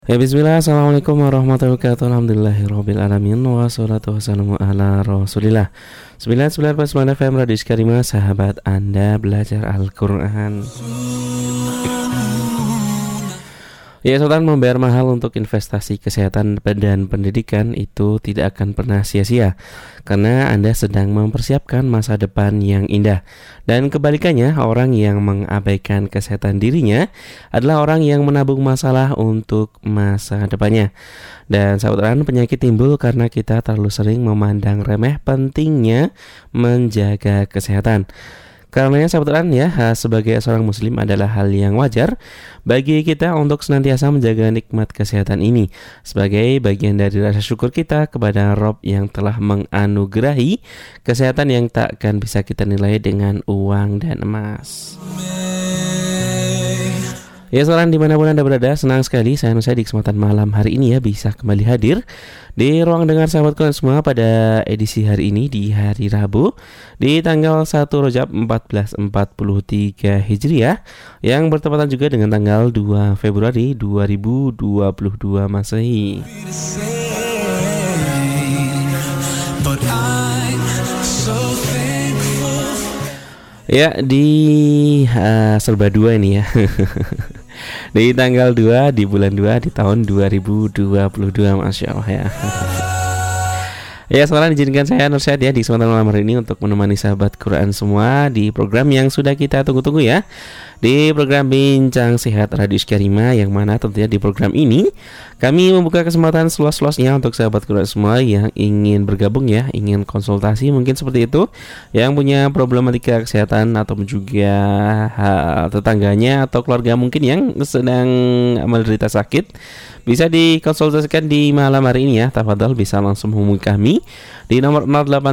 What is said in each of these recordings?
Ya bismillah, assalamualaikum warahmatullahi wabarakatuh. Alhamdulillahirrahmanirrahim. Wassalatu wassalamu ala rasulillah. 99.9 FM Radio Karimah, sahabat Anda belajar Al-Quran. Ya, Sultan, membayar mahal untuk investasi kesehatan dan pendidikan itu tidak akan pernah sia-sia, karena Anda sedang mempersiapkan masa depan yang indah. Dan kebalikannya, orang yang mengabaikan kesehatan dirinya adalah orang yang menabung masalah untuk masa depannya. Dan saudara, penyakit timbul karena kita terlalu sering memandang remeh pentingnya menjaga kesehatan. Karenanya sahabat ya, sebagai seorang muslim adalah hal yang wajar bagi kita untuk senantiasa menjaga nikmat kesehatan ini sebagai bagian dari rasa syukur kita kepada Rabb yang telah menganugerahi kesehatan yang tak akan bisa kita nilai dengan uang dan emas. Ya, seorang dimanapun Anda berada, senang sekali saya di kesempatan malam hari ini ya bisa kembali hadir di ruang dengar sahabat kalian semua pada edisi hari ini di hari Rabu di tanggal 1 Rajab 1443 Hijriah yang bertepatan juga dengan tanggal 2 Februari 2022 Masehi. Ya, di serba dua ini ya. Di tanggal 2 di bulan 2 di tahun 2022, Masya Allah ya. Ya, sekarang izinkan saya Nur Syed ya di kesempatan malam hari ini untuk menemani sahabat Quran semua di program yang sudah kita tunggu-tunggu ya, di program Bincang Sehat Radio Karimah, yang mana tentunya di program ini kami membuka kesempatan seluas-luasnya untuk sahabat Quran semua yang ingin bergabung ya, ingin konsultasi mungkin seperti itu, yang punya problematika kesehatan atau juga tetangganya atau keluarga mungkin yang sedang menderita sakit, bisa dikonsultasikan di malam hari ini ya. Tafadhol bisa langsung menghubungi kami di nomor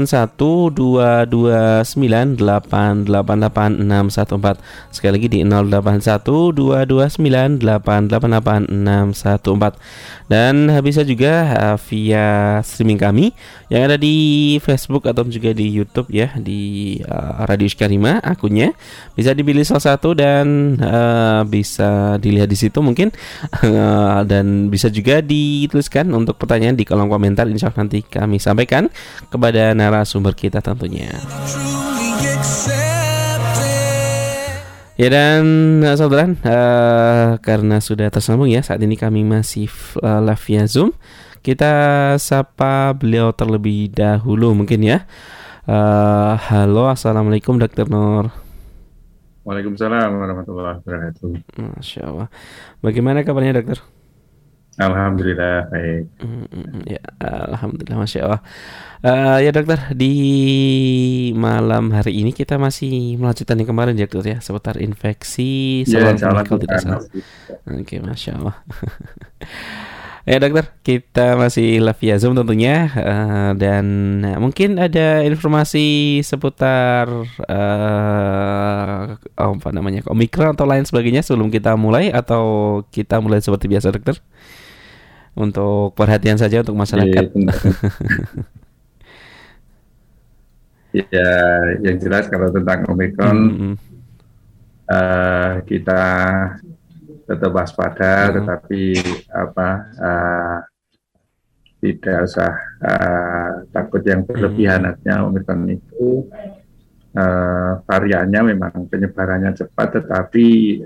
081229888614. Sekali lagi di 081229888614. Dan bisa juga via streaming kami yang ada di Facebook atau juga di YouTube ya, di Radio Karimah akunnya. Bisa dipilih salah satu dan bisa dilihat di situ mungkin dan bisa juga dituliskan untuk pertanyaan di kolom komentar. Insya Allah nanti kami sampaikan kepada narasumber kita tentunya. Ya, dan saudara, karena sudah tersambung ya, saat ini kami masih live via Zoom. Kita sapa beliau terlebih dahulu mungkin ya. Halo, assalamualaikum Dr. Nur. Waalaikumsalam warahmatullahi wabarakatuh. Masya Allah. Bagaimana kabarnya dokter? Alhamdulillah baik. Ya, alhamdulillah, Masya Allah. Ya dokter, di malam hari ini kita masih melanjutkan yang kemarin ya dokter ya, seputar infeksi saluran kemih tidak salah. Oke, Masya Allah. Ya dokter, kita masih live via Zoom tentunya, dan mungkin ada informasi seputar Omikron atau lain sebagainya sebelum kita mulai, atau kita mulai seperti biasa dokter? Untuk perhatian saja untuk masyarakat. Ya, yang jelas kalau tentang Omikron kita tetap waspada, tetapi tidak usah takut yang berlebihan. Artinya Omikron itu variannya memang penyebarannya cepat, tetapi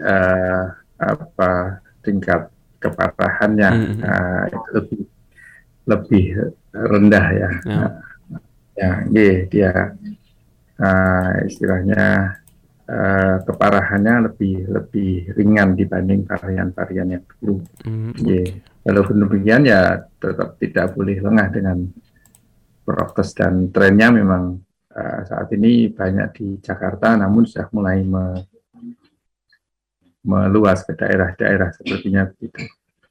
tingkat keparahannya itu lebih rendah ya. Dia istilahnya keparahannya lebih ringan dibanding varian-varian yang dulu. Walaupun demikian ya tetap tidak boleh lengah dengan prokes, dan trennya memang saat ini banyak di Jakarta, namun sudah mulai meluas ke daerah-daerah sepertinya begitu.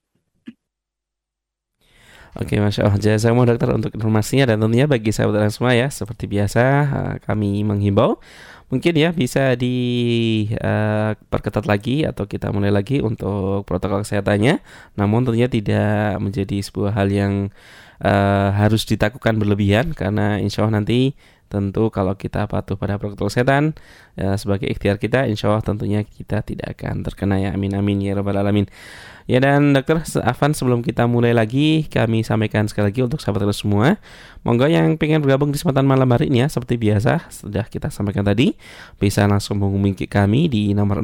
Oke, Masya Allah. Jazakumullah dokter untuk informasinya, dan tentunya bagi sahabat semua ya, seperti biasa kami menghimbau mungkin ya bisa diperketat lagi atau kita mulai lagi untuk protokol kesehatannya, namun tentunya tidak menjadi sebuah hal yang harus ditakutkan berlebihan, karena insya Allah nanti tentu kalau kita patuh pada protokol kesehatan sebagai ikhtiar kita, insya Allah tentunya kita tidak akan terkena ya. Amin amin ya rabbal alamin. Ya, dan Dokter Afan, sebelum kita mulai lagi, kami sampaikan sekali lagi untuk sahabat terus semua, monggo yang pengen bergabung di kesempatan malam hari ini ya, seperti biasa sudah kita sampaikan tadi, bisa langsung menghubungi kami di nomor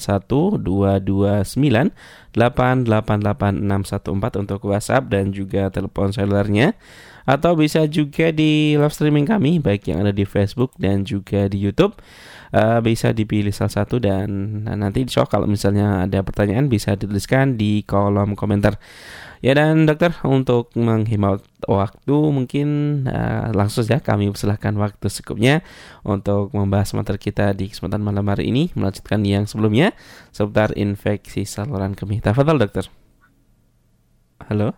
081229888614 untuk WhatsApp dan juga telepon selulernya, atau bisa juga di live streaming kami baik yang ada di Facebook dan juga di YouTube. Bisa dipilih salah satu, dan nanti insya Allah kalau misalnya ada pertanyaan bisa dituliskan di kolom komentar. Ya, dan Dokter, untuk menghemat waktu mungkin langsung saja kami persilahkan waktu secukupnya untuk membahas materi kita di kesempatan malam hari ini, melanjutkan yang sebelumnya seputar infeksi saluran kemih. Tafadhol Dokter. Halo.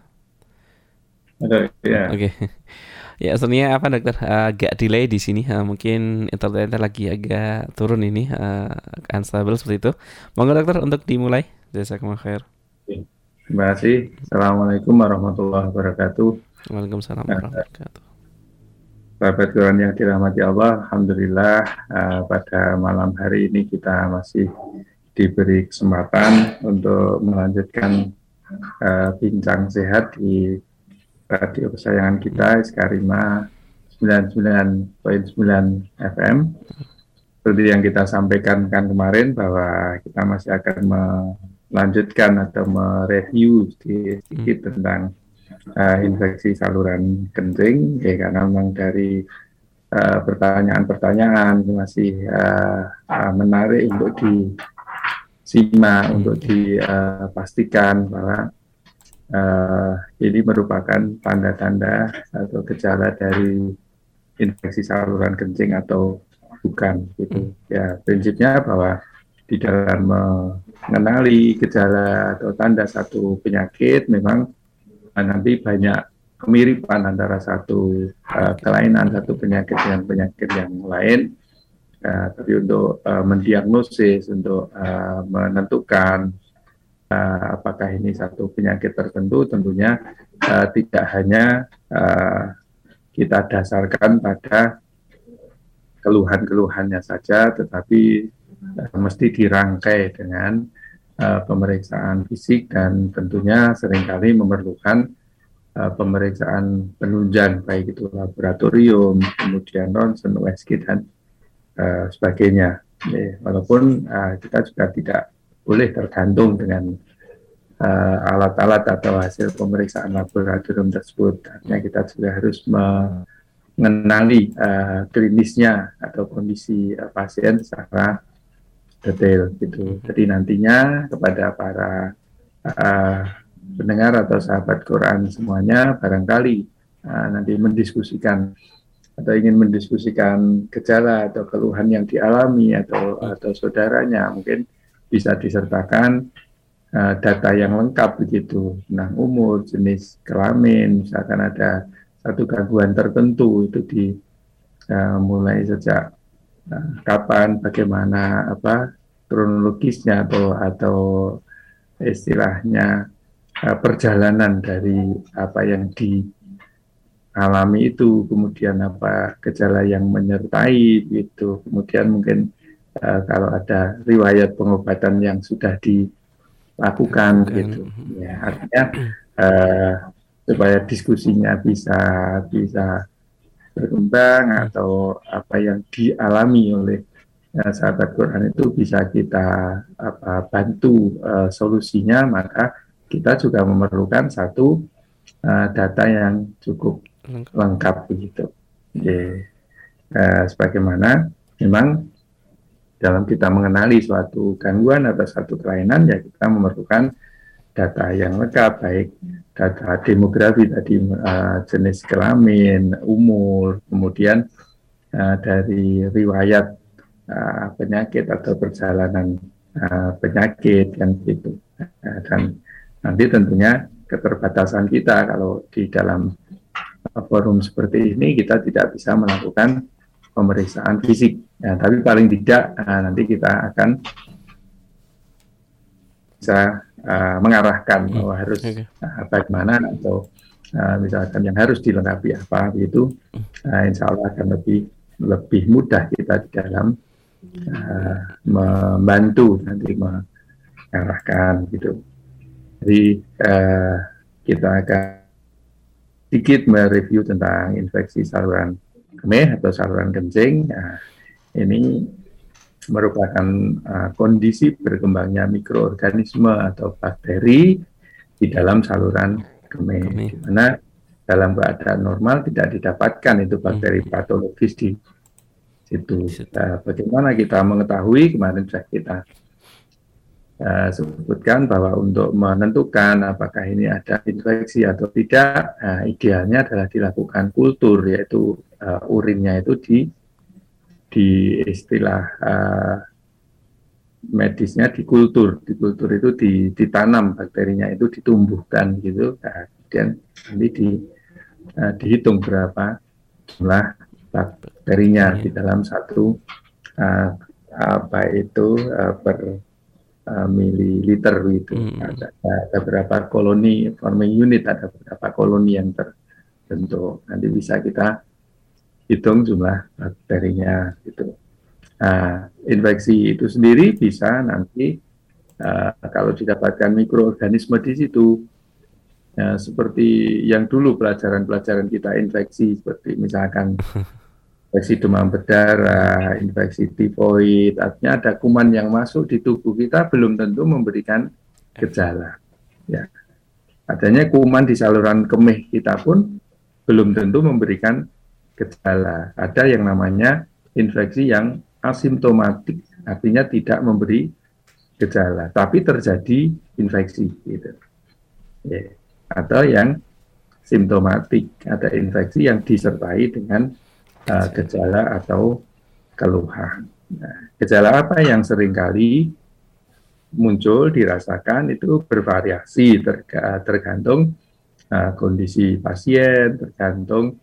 Ya. Oke. Ya, sebenarnya apa Dokter, agak delay di sini, mungkin internetnya lagi agak turun ini, unstable seperti itu. Monggo Dokter untuk dimulai. Jazakumullah khair. Terima kasih. Assalamualaikum warahmatullahi wabarakatuh. Waalaikumsalam warahmatullahi wabarakatuh. Sahabat Quran yang dirahmati Allah, alhamdulillah pada malam hari ini kita masih diberi kesempatan untuk melanjutkan bincang sehat di radio kesayangan kita Iskarima 99.9 FM. Seperti yang kita sampaikan kan kemarin, bahwa kita masih akan melanjutkan atau mereview sedikit tentang infeksi saluran kencing, ya, karena memang dari pertanyaan-pertanyaan masih menarik untuk disimak, untuk dipastikan bahwa ini merupakan tanda-tanda atau gejala dari infeksi saluran kencing atau bukan, gitu. Ya, prinsipnya bahwa di dalam mengenali gejala atau tanda satu penyakit memang nanti banyak kemiripan antara satu kelainan satu penyakit dengan penyakit yang lain. Tapi untuk mendiagnosis, untuk menentukan apakah ini satu penyakit tertentu, tentunya tidak hanya kita dasarkan pada keluhan-keluhannya saja, tetapi mesti dirangkai dengan pemeriksaan fisik, dan tentunya seringkali memerlukan pemeriksaan penunjang, baik itu laboratorium, kemudian ronsen, USG, dan sebagainya. Walaupun kita juga tidak boleh tergantung dengan alat-alat atau hasil pemeriksaan laboratorium tersebut. Artinya kita juga harus mengenali klinisnya atau kondisi pasien secara detail, gitu. Jadi nantinya kepada para pendengar atau sahabat Quran semuanya, barangkali nanti mendiskusikan atau ingin mendiskusikan gejala atau keluhan yang dialami atau saudaranya, mungkin bisa disertakan data yang lengkap begitu, tentang umur, jenis kelamin, misalkan ada satu gangguan tertentu itu mulai sejak kapan, bagaimana kronologisnya atau istilahnya perjalanan dari apa yang dialami itu, kemudian apa gejala yang menyertai gitu, kemudian mungkin kalau ada riwayat pengobatan yang sudah dilakukan gitu, ya, artinya supaya diskusinya bisa berkembang, atau apa yang dialami oleh sahabat Quran itu bisa kita bantu solusinya, maka kita juga memerlukan satu data yang cukup lengkap begitu. Sebagaimana memang dalam kita mengenali suatu gangguan atau suatu kelainan, ya kita memerlukan data yang lengkap, baik data demografi tadi, jenis kelamin, umur, kemudian dari riwayat penyakit atau perjalanan penyakit, kan gitu. Dan nanti tentunya keterbatasan kita kalau di dalam forum seperti ini kita tidak bisa melakukan pemeriksaan fisik. Ya, tapi paling tidak nanti kita akan bisa mengarahkan bahwa harus bagaimana, atau misalkan yang harus dilengkapi apa, begitu. Insya Allah akan lebih lebih mudah kita di dalam membantu nanti mengarahkan gitu. Jadi kita akan sedikit mereview tentang infeksi saluran kemih atau saluran kencing. Nah, ini merupakan kondisi berkembangnya mikroorganisme atau bakteri di dalam saluran kemih, di mana dalam keadaan normal tidak didapatkan itu bakteri patologis di situ. Bagaimana kita mengetahui, kemarin sudah kita sebutkan bahwa untuk menentukan apakah ini ada infeksi atau tidak, idealnya adalah dilakukan kultur, yaitu urinnya itu di istilah medisnya dikultur. Dikultur itu ditanam bakterinya, itu ditumbuhkan gitu. Nah, kemudian nanti dihitung berapa jumlah bakterinya di dalam satu per mililiter itu. Ada berapa koloni forming unit, ada berapa koloni yang terbentuk. Nanti bisa kita hitung jumlah bakterinya gitu. Nah, infeksi itu sendiri bisa nanti kalau didapatkan mikroorganisme di situ, seperti yang dulu pelajaran kita infeksi, seperti misalkan infeksi demam berdarah, infeksi tifoid, artinya ada kuman yang masuk di tubuh kita belum tentu memberikan gejala. Ya. Adanya kuman di saluran kemih kita pun belum tentu memberikan gejala. Ada yang namanya infeksi yang asimptomatik, artinya tidak memberi gejala, tapi terjadi infeksi, gitu. Ya. Atau yang simptomatik, ada infeksi yang disertai dengan gejala atau keluhan. Nah, gejala apa yang seringkali muncul, dirasakan, itu bervariasi tergantung kondisi pasien, tergantung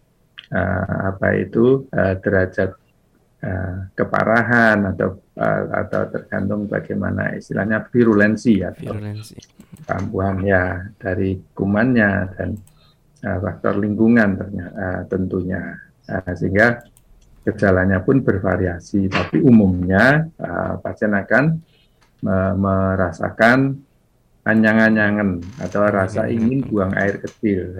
derajat keparahan atau tergantung bagaimana istilahnya virulensi atau kambuhan ya dari kumannya dan faktor lingkungan tentunya. Sehingga gejalanya pun bervariasi, tapi umumnya pasien akan merasakan anyang-anyangan atau rasa ingin buang air kecil.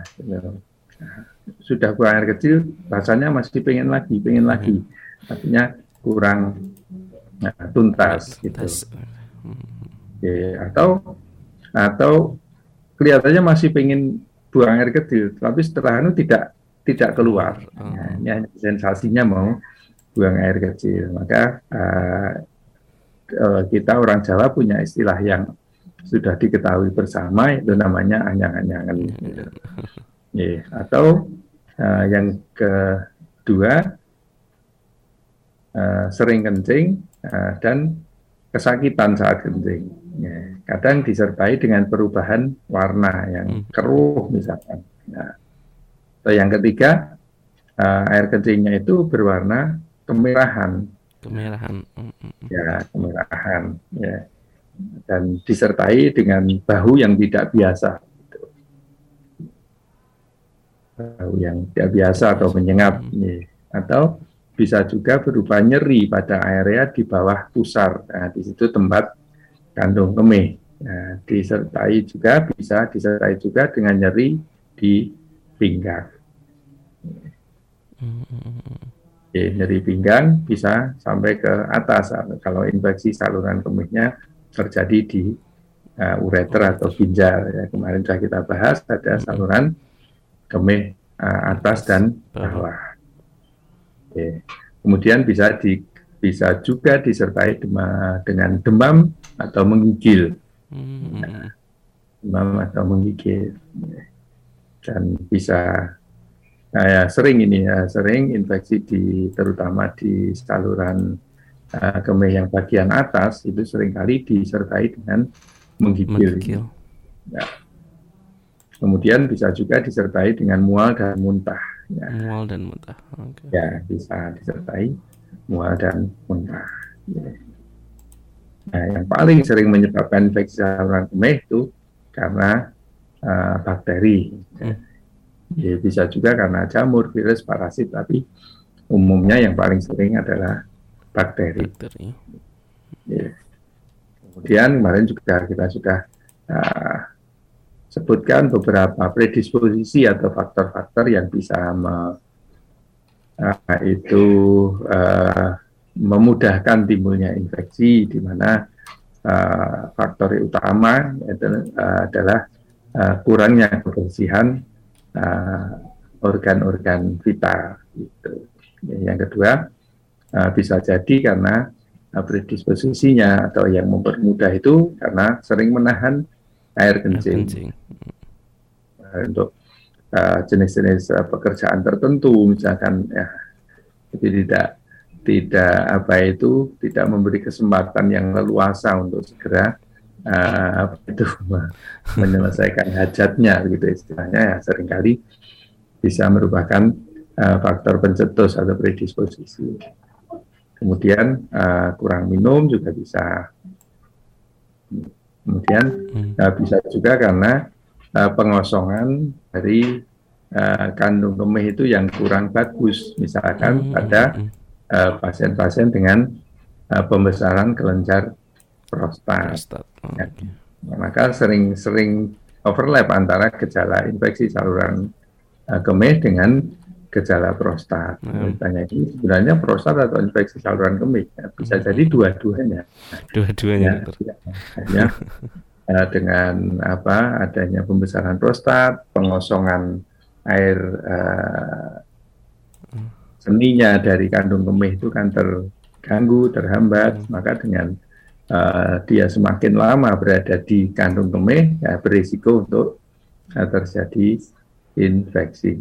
Sudah buang air kecil, rasanya masih pengen lagi, artinya kurang tuntas gitu. Atau kelihatannya masih pengen buang air kecil, tapi setelah itu tidak keluar. Ini hanya sensasinya mau buang air kecil. Maka kita orang Jawa punya istilah yang sudah diketahui bersama, itu namanya anyang-anyangan. Atau yang kedua, sering kencing dan kesakitan saat kencing. Kadang disertai dengan perubahan warna yang keruh misalkan. Atau yang ketiga, air kencingnya itu berwarna kemerahan. Kemerahan. Ya. Dan disertai dengan bau yang tidak biasa. Bau yang tidak biasa atau menyengat. Atau bisa juga berupa nyeri pada area di bawah pusar. Nah, di situ tempat kandung kemih. Nah, bisa disertai juga dengan nyeri di pinggang. Nyeri pinggang bisa sampai ke atas kalau infeksi saluran kemihnya terjadi di ureter atau ginjal. Ya, kemarin sudah kita bahas ada saluran kemih atas dan bawah. Kemudian bisa juga disertai dengan demam atau menggigil. Demam atau menggigil. Dan bisa sering infeksi terutama di saluran kemih yang bagian atas itu seringkali disertai dengan menggigil. Ya. Kemudian bisa juga disertai dengan mual dan muntah. Ya. Mual dan muntah. Okay. Ya, bisa disertai mual dan muntah. Ya. Nah, yang paling sering menyebabkan infeksi saluran kemih itu karena bakteri. Ya, bisa juga karena jamur, virus, parasit, tapi umumnya yang paling sering adalah bakteri. Ya. Kemudian kemarin juga kita sudah sebutkan beberapa predisposisi atau faktor-faktor yang bisa memudahkan timbulnya infeksi, di mana faktor utama adalah kurangnya kebersihan organ-organ vital. Gitu. Yang kedua, bisa jadi karena predisposisinya atau yang mempermudah itu karena sering menahan air kencing. Untuk jenis-jenis pekerjaan tertentu, misalkan ya, jadi tidak memberi kesempatan yang leluasa untuk segera menyelesaikan hajatnya, gitu istilahnya, ya seringkali bisa merupakan faktor pencetus atau predisposisi. Kemudian kurang minum juga bisa. Kemudian bisa juga karena pengosongan dari kandung kemih itu yang kurang bagus, misalkan pada pasien-pasien dengan pembesaran kelenjar prostat. Ya. Maka sering overlap antara gejala infeksi saluran kemih dengan gejala prostat. Tanya ini sebenarnya prostat atau infeksi saluran kemih? Ya, bisa jadi dua-duanya. Ya, dengan adanya pembesaran prostat, pengosongan air seninya dari kandung kemih itu kan terganggu, terhambat, maka dengan dia semakin lama berada di kandung kemih, ya berisiko untuk terjadi infeksi.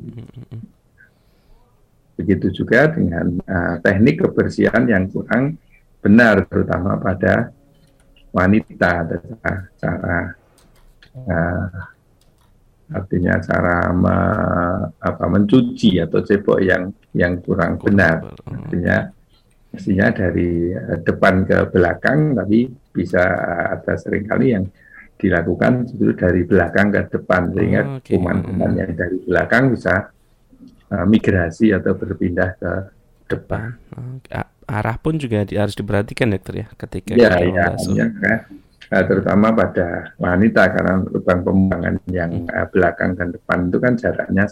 Begitu juga dengan teknik kebersihan yang kurang benar, terutama pada wanita, cara mencuci atau cebok yang kurang benar. Artinya mestinya dari depan ke belakang, tapi bisa ada seringkali yang dilakukan justru dari belakang ke depan, sehingga kuman-kuman yang dari belakang bisa migrasi atau berpindah ke depan. Arah pun juga harus diperhatikan, dokter, ya, ketika terutama pada wanita, karena lubang pembuangan yang belakang dan depan itu kan jaraknya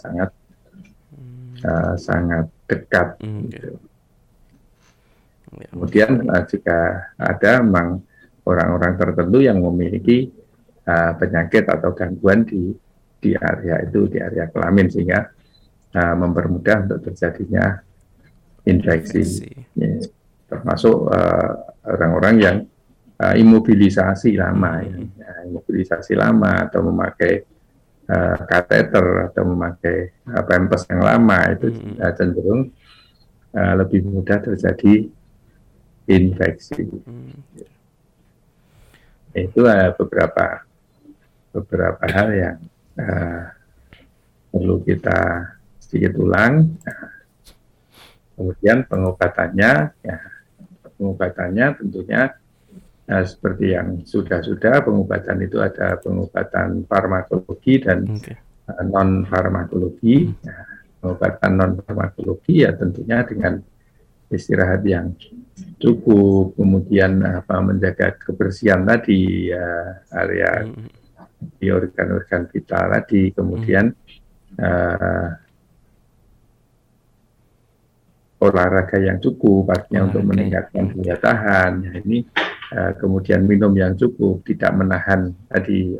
sangat dekat. Gitu. Kemudian jika ada memang orang-orang tertentu yang memiliki penyakit atau gangguan di area itu, di area kelamin, sehingga mempermudah untuk terjadinya infeksi. Ya, termasuk orang-orang yang imobilisasi lama, imobilisasi lama atau memakai kateter atau memakai pampers yang lama, itu cenderung lebih mudah terjadi infeksi. Itu beberapa hal yang perlu kita sedikit ulang. Kemudian pengobatannya tentunya seperti yang sudah pengobatan itu ada pengobatan farmakologi dan non farmakologi. Pengobatan non farmakologi ya tentunya dengan istirahat yang cukup, kemudian menjaga kebersihan tadi, area di organ-organ vital tadi, kemudian olahraga yang cukup, artinya untuk meningkatkan daya tahan. Ya, ini kemudian minum yang cukup, tidak menahan tadi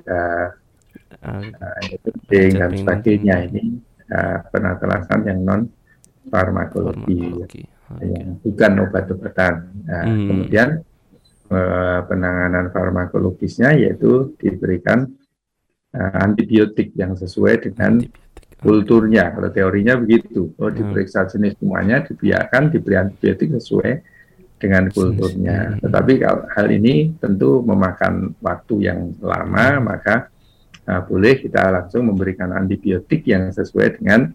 kencing dan sebagainya. Ini penataran yang non farmakologi, yang bukan obat-obatan. Kemudian penanganan farmakologisnya yaitu diberikan antibiotik yang sesuai dengan kulturnya. Kalau teorinya begitu, diperiksa jenis semuanya, dibiarkan diberi antibiotik sesuai dengan kulturnya. Tetapi kalau hal ini tentu memakan waktu yang lama, maka boleh kita langsung memberikan antibiotik yang sesuai dengan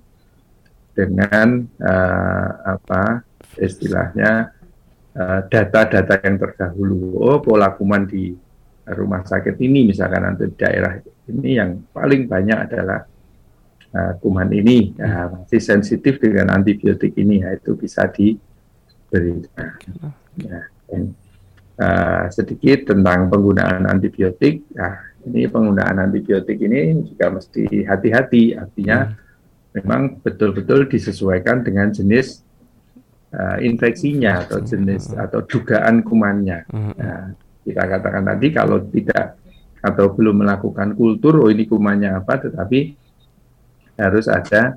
istilahnya data-data yang terdahulu. Pola kuman di rumah sakit ini misalkan, atau di daerah ini yang paling banyak adalah kuman ini masih sensitif dengan antibiotik ini, ya itu bisa diberikan. Ya, dan, sedikit tentang penggunaan antibiotik. Nah, ini penggunaan antibiotik ini juga mesti hati-hati, artinya memang betul-betul disesuaikan dengan jenis infeksinya atau jenis atau dugaan kumannya. Nah, kita katakan tadi kalau tidak atau belum melakukan kultur, oh ini kumannya apa, tetapi harus ada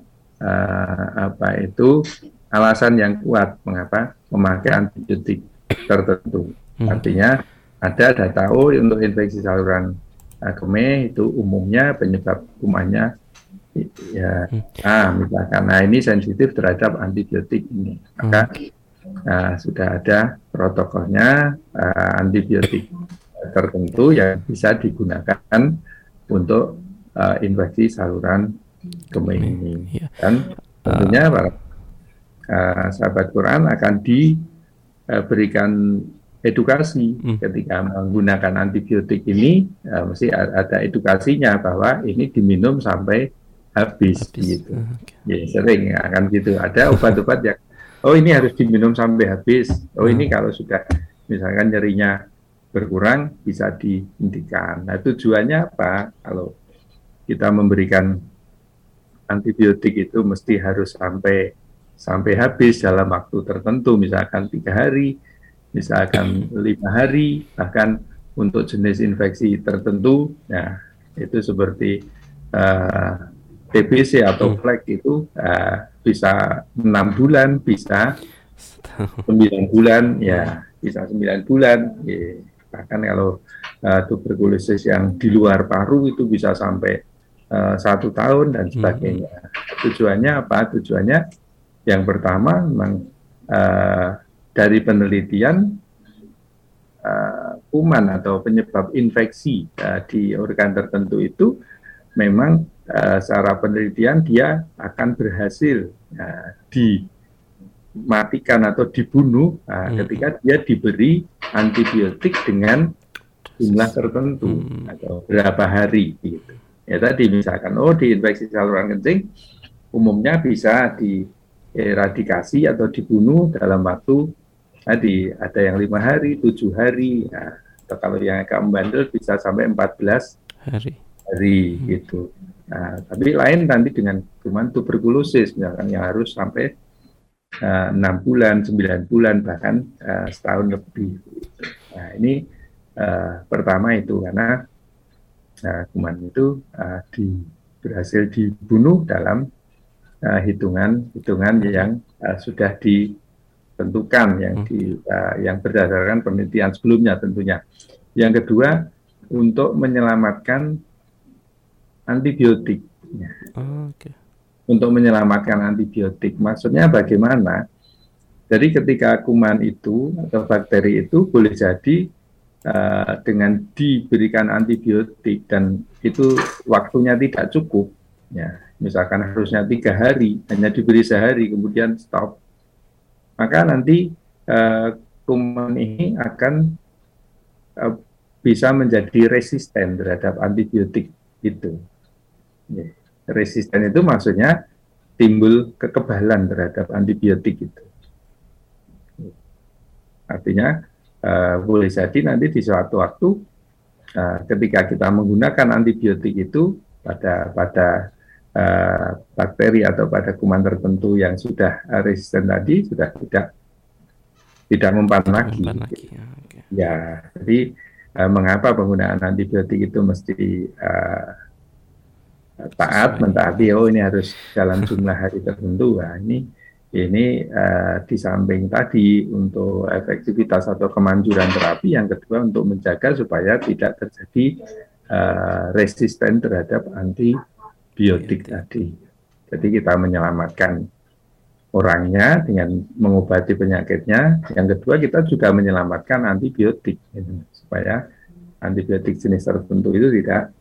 alasan yang kuat mengapa memakai antibiotik tertentu. Artinya ada data untuk infeksi saluran kemih itu umumnya penyebab kumannya ya misalkan ini sensitif terhadap antibiotik ini, maka sudah ada protokolnya antibiotik tertentu yang bisa digunakan untuk infeksi saluran kemih ini. Dan tentunya para sahabat Quran akan diberikan edukasi ketika menggunakan antibiotik ini, mesti ada edukasinya bahwa ini diminum sampai habis. Gitu. Ya, sering akan gitu. Ada obat-obat yang ini harus diminum sampai habis. Ini kalau sudah misalkan nyerinya berkurang bisa dihentikan. Nah, tujuannya apa? Kalau kita memberikan antibiotik itu mesti harus sampai habis dalam waktu tertentu, misalkan 3 hari, misalkan 5 hari, bahkan untuk jenis infeksi tertentu, nah itu seperti TBC atau flek itu bisa 6 bulan, bisa 9 bulan, ya bisa 9 bulan, ya. Bahkan kalau tuberkulosis yang di luar paru itu bisa sampai 1 tahun dan sebagainya. Tujuannya apa? Tujuannya yang pertama memang dari penelitian kuman atau penyebab infeksi di organ tertentu itu memang secara penelitian dia akan berhasil dimatikan atau dibunuh ketika dia diberi antibiotik dengan jumlah tertentu atau berapa hari gitu. Ya tadi misalkan diinfeksi saluran kencing umumnya bisa dieradikasi atau dibunuh dalam waktu tadi ada yang 5 hari, 7 hari, atau kalau yang agak membandel bisa sampai 14 hari gitu. Nah, tapi lain nanti dengan kuman tuberkulosis misalkan yang harus sampai 6 bulan, 9 bulan, bahkan setahun lebih. Nah, ini pertama itu karena kuman itu berhasil dibunuh dalam hitungan yang sudah ditentukan, yang berdasarkan penelitian sebelumnya tentunya. Yang kedua, untuk menyelamatkan antibiotik. Untuk menyelamatkan antibiotik, maksudnya bagaimana? Jadi ketika kuman itu atau bakteri itu boleh jadi dengan diberikan antibiotik dan itu waktunya tidak cukup, ya misalkan harusnya 3 hari, hanya diberi sehari kemudian stop, maka nanti kuman ini akan bisa menjadi resisten terhadap antibiotik itu. Ya. Resisten itu maksudnya timbul kekebalan terhadap antibiotik itu. Artinya boleh jadi nanti di suatu waktu ketika kita menggunakan antibiotik itu pada bakteri atau pada kuman tertentu yang sudah resisten tadi sudah tidak mempan lagi. Ya, jadi mengapa penggunaan antibiotik itu mesti mentaati, ini harus dalam jumlah hari tertentu. Nah, ini di samping tadi untuk efektivitas atau kemanjuran terapi, yang kedua untuk menjaga supaya tidak terjadi resisten terhadap antibiotik tadi. Jadi kita menyelamatkan orangnya dengan mengobati penyakitnya. Yang kedua kita juga menyelamatkan antibiotik supaya antibiotik jenis tertentu itu tidak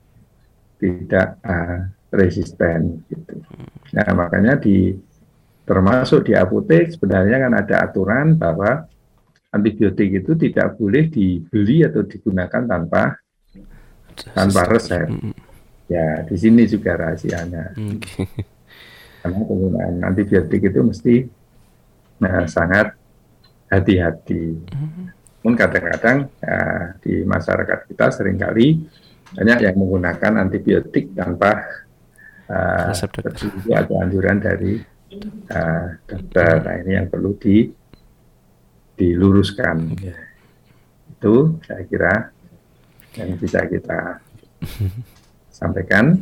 resisten gitu. Nah, makanya termasuk di apotek sebenarnya kan ada aturan bahwa antibiotik itu tidak boleh dibeli atau digunakan tanpa resep. Ya, di sini juga rahasianya. Karena penggunaan antibiotik itu mesti sangat hati-hati. Namun kadang-kadang di masyarakat kita seringkali banyak yang menggunakan antibiotik tanpa petunjuk atau anjuran dari dokter. Nah, ini yang perlu diluruskan. Itu saya kira yang bisa kita sampaikan.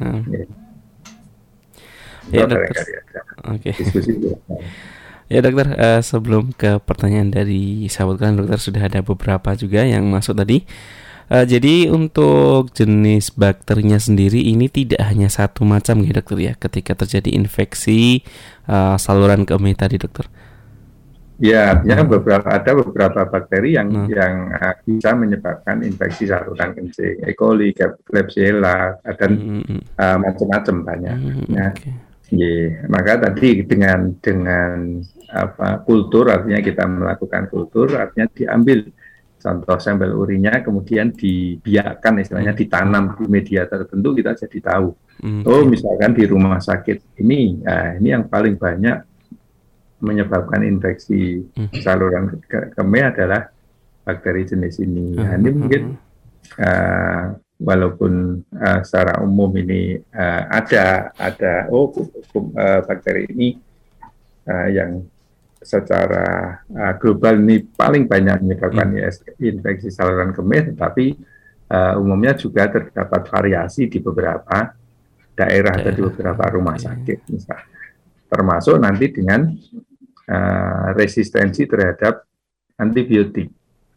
Ya, dokter. Oke. Ya, dokter, sebelum ke pertanyaan dari sahabat kalian, dokter, sudah ada beberapa juga yang masuk tadi. Jadi untuk jenis bakterinya sendiri ini tidak hanya satu macam ya, dokter ya, ketika terjadi infeksi saluran kemih tadi, dokter. Ya, artinya ada beberapa bakteri yang bisa menyebabkan infeksi saluran kencing, E. coli, Klebsiella, dan macam-macam banyak. Maka tadi dengan kultur, artinya kita melakukan kultur, artinya diambil contoh sampel urinnya, kemudian dibiarkan, istilahnya ditanam di media tertentu, kita jadi tahu. Misalkan di rumah sakit ini yang paling banyak menyebabkan infeksi saluran kemih adalah bakteri jenis ini. Ini mungkin walaupun secara umum ini ada bakteri ini yang secara global ini paling banyak menyebabkan infeksi saluran kemih, tetapi umumnya juga terdapat variasi di beberapa daerah atau di beberapa rumah sakit, misalnya. Termasuk nanti dengan resistensi terhadap antibiotik.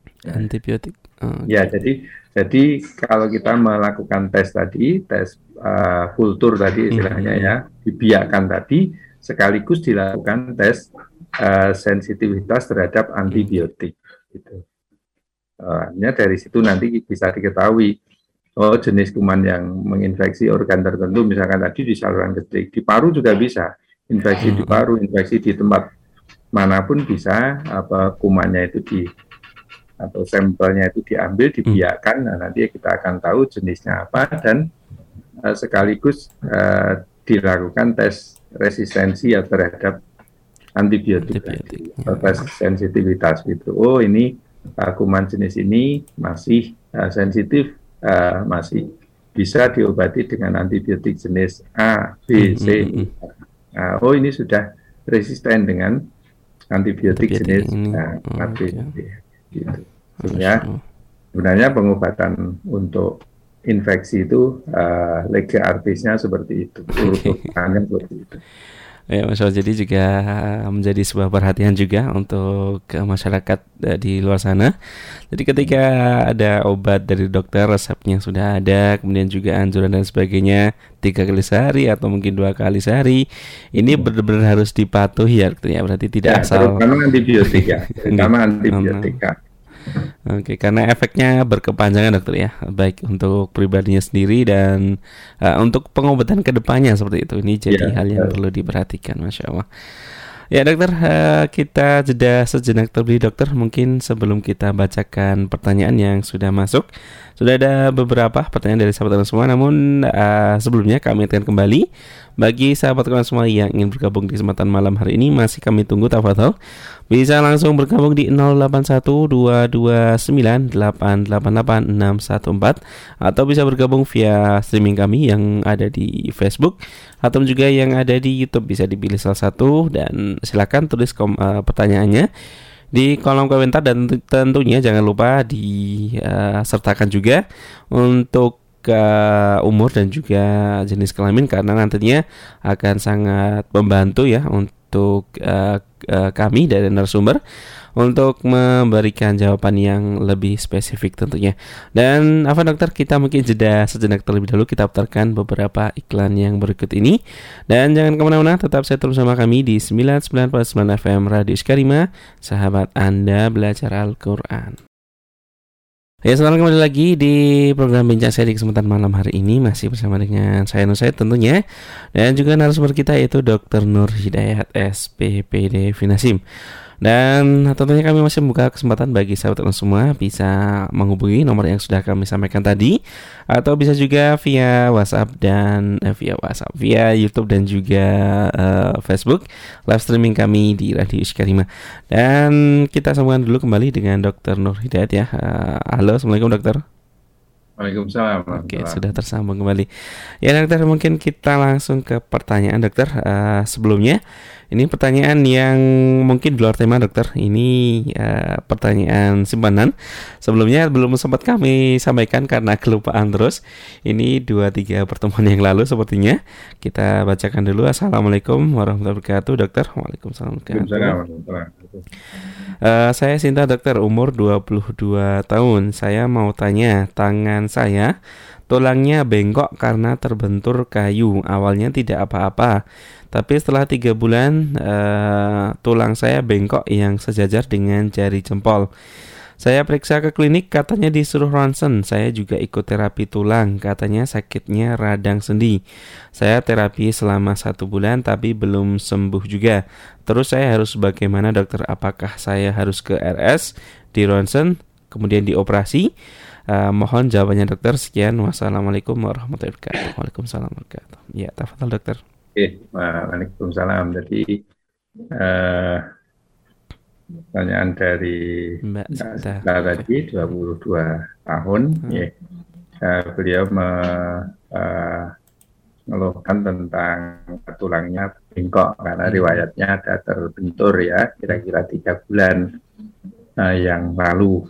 Ya, jadi kalau kita melakukan tes kultur tadi istilahnya ya, dibiarkan tadi, sekaligus dilakukan tes sensitivitas terhadap antibiotik. Gitu. Dari situ nanti bisa diketahui jenis kuman yang menginfeksi organ tertentu, misalkan tadi di saluran kencing, di paru juga bisa, infeksi di paru, infeksi di tempat manapun bisa, kumannya itu atau sampelnya itu diambil, dibiarkan, nanti kita akan tahu jenisnya apa, dan sekaligus dilakukan tes resistensi terhadap antibiotik. Tes sensitivitas gitu. Ini kuman jenis ini masih sensitif, masih bisa diobati dengan antibiotik jenis A, B, C. Ini sudah resisten dengan antibiotik jenis A, B, C. Gitu. Sehingga sebenarnya pengobatan untuk infeksi itu lega artisnya seperti itu, urutannya seperti itu. Ya, Mas, jadi juga menjadi sebuah perhatian juga untuk masyarakat di luar sana. Jadi ketika ada obat dari dokter, resepnya sudah ada, kemudian juga anjuran dan sebagainya 3 kali sehari atau mungkin 2 kali sehari, ini benar-benar harus dipatuhi ya, berarti tidak asal. Terutama antibiotik ya, terutama antibiotika. Oke, karena efeknya berkepanjangan, dokter ya, baik untuk pribadinya sendiri dan untuk pengobatan kedepannya seperti itu. Ini jadi hal yang perlu diperhatikan, Masya Allah. Ya, dokter, kita jeda sejenak terlebih, dokter. Mungkin sebelum kita bacakan pertanyaan yang sudah masuk, sudah ada beberapa pertanyaan dari sahabat semua. Namun sebelumnya kami akan kembali. Bagi sahabat kawan semua yang ingin bergabung di kesempatan malam hari ini, masih kami tunggu, tafadhol. Bisa langsung bergabung di 081229888614 atau bisa bergabung via streaming kami yang ada di Facebook atau juga yang ada di YouTube. Bisa dipilih salah satu dan silakan tulis pertanyaannya di kolom komentar, dan tentunya jangan lupa disertakan juga untuk umur dan juga jenis kelamin, karena nantinya akan sangat membantu ya untuk kami dari narasumber untuk memberikan jawaban yang lebih spesifik tentunya. Dan apa, dokter, kita mungkin jeda sejenak terlebih dahulu, kita putarkan beberapa iklan yang berikut ini. Dan jangan kemana-mana, tetap saya terus bersama kami di 99.9 FM Radio Iskarima, sahabat Anda belajar Al-Quran. Ya, selamat kembali lagi di program Bincang Saya di kesempatan malam hari ini. Masih bersama dengan saya Nur Said tentunya, dan juga narasumber kita yaitu Dr. Nur Hidayat, SPPD Finasim. Dan tentunya kami masih membuka kesempatan bagi sahabat semua bisa menghubungi nomor yang sudah kami sampaikan tadi, atau bisa juga via WhatsApp via YouTube dan juga Facebook live streaming kami di Radio Iska 5. Dan kita sambungkan dulu kembali dengan Dr. Nur Hidayat ya. Halo, Assalamualaikum dokter. Waalaikumsalam. Oke, sudah tersambung kembali. Ya dokter, mungkin kita langsung ke pertanyaan dokter. Sebelumnya, ini pertanyaan yang mungkin di luar tema dokter. Ini pertanyaan simpanan. Sebelumnya belum sempat kami sampaikan karena kelupaan terus. Ini 2-3 pertemuan yang lalu sepertinya. Kita bacakan dulu. Assalamualaikum warahmatullahi wabarakatuh dokter. Waalaikumsalam warahmatullahi wabarakatuh. Saya Sinta dokter, umur 22 tahun. Saya mau tanya, tangan saya tulangnya bengkok karena terbentur kayu. Awalnya tidak apa-apa, tapi setelah 3 bulan tulang saya bengkok yang sejajar dengan jari jempol. Saya periksa ke klinik, katanya disuruh ronsen. Saya juga ikut terapi tulang, katanya sakitnya radang sendi. Saya terapi selama 1 bulan tapi belum sembuh juga. Terus saya harus bagaimana dokter? Apakah saya harus ke RS, di ronsen, kemudian dioperasi? Mohon jawabannya dokter. Sekian, wassalamualaikum warahmatullahi wabarakatuh. Waalaikumsalam warahmatullahi wabarakatuh. Ya, tafadhal dokter. Oke, waalaikumsalam. Jadi pertanyaan dari Mbak Sita tadi 22 tahun, ya. Beliau mengeluhkan tentang tulangnya bengkok karena riwayatnya ada terbentur ya, kira-kira 3 bulan yang lalu,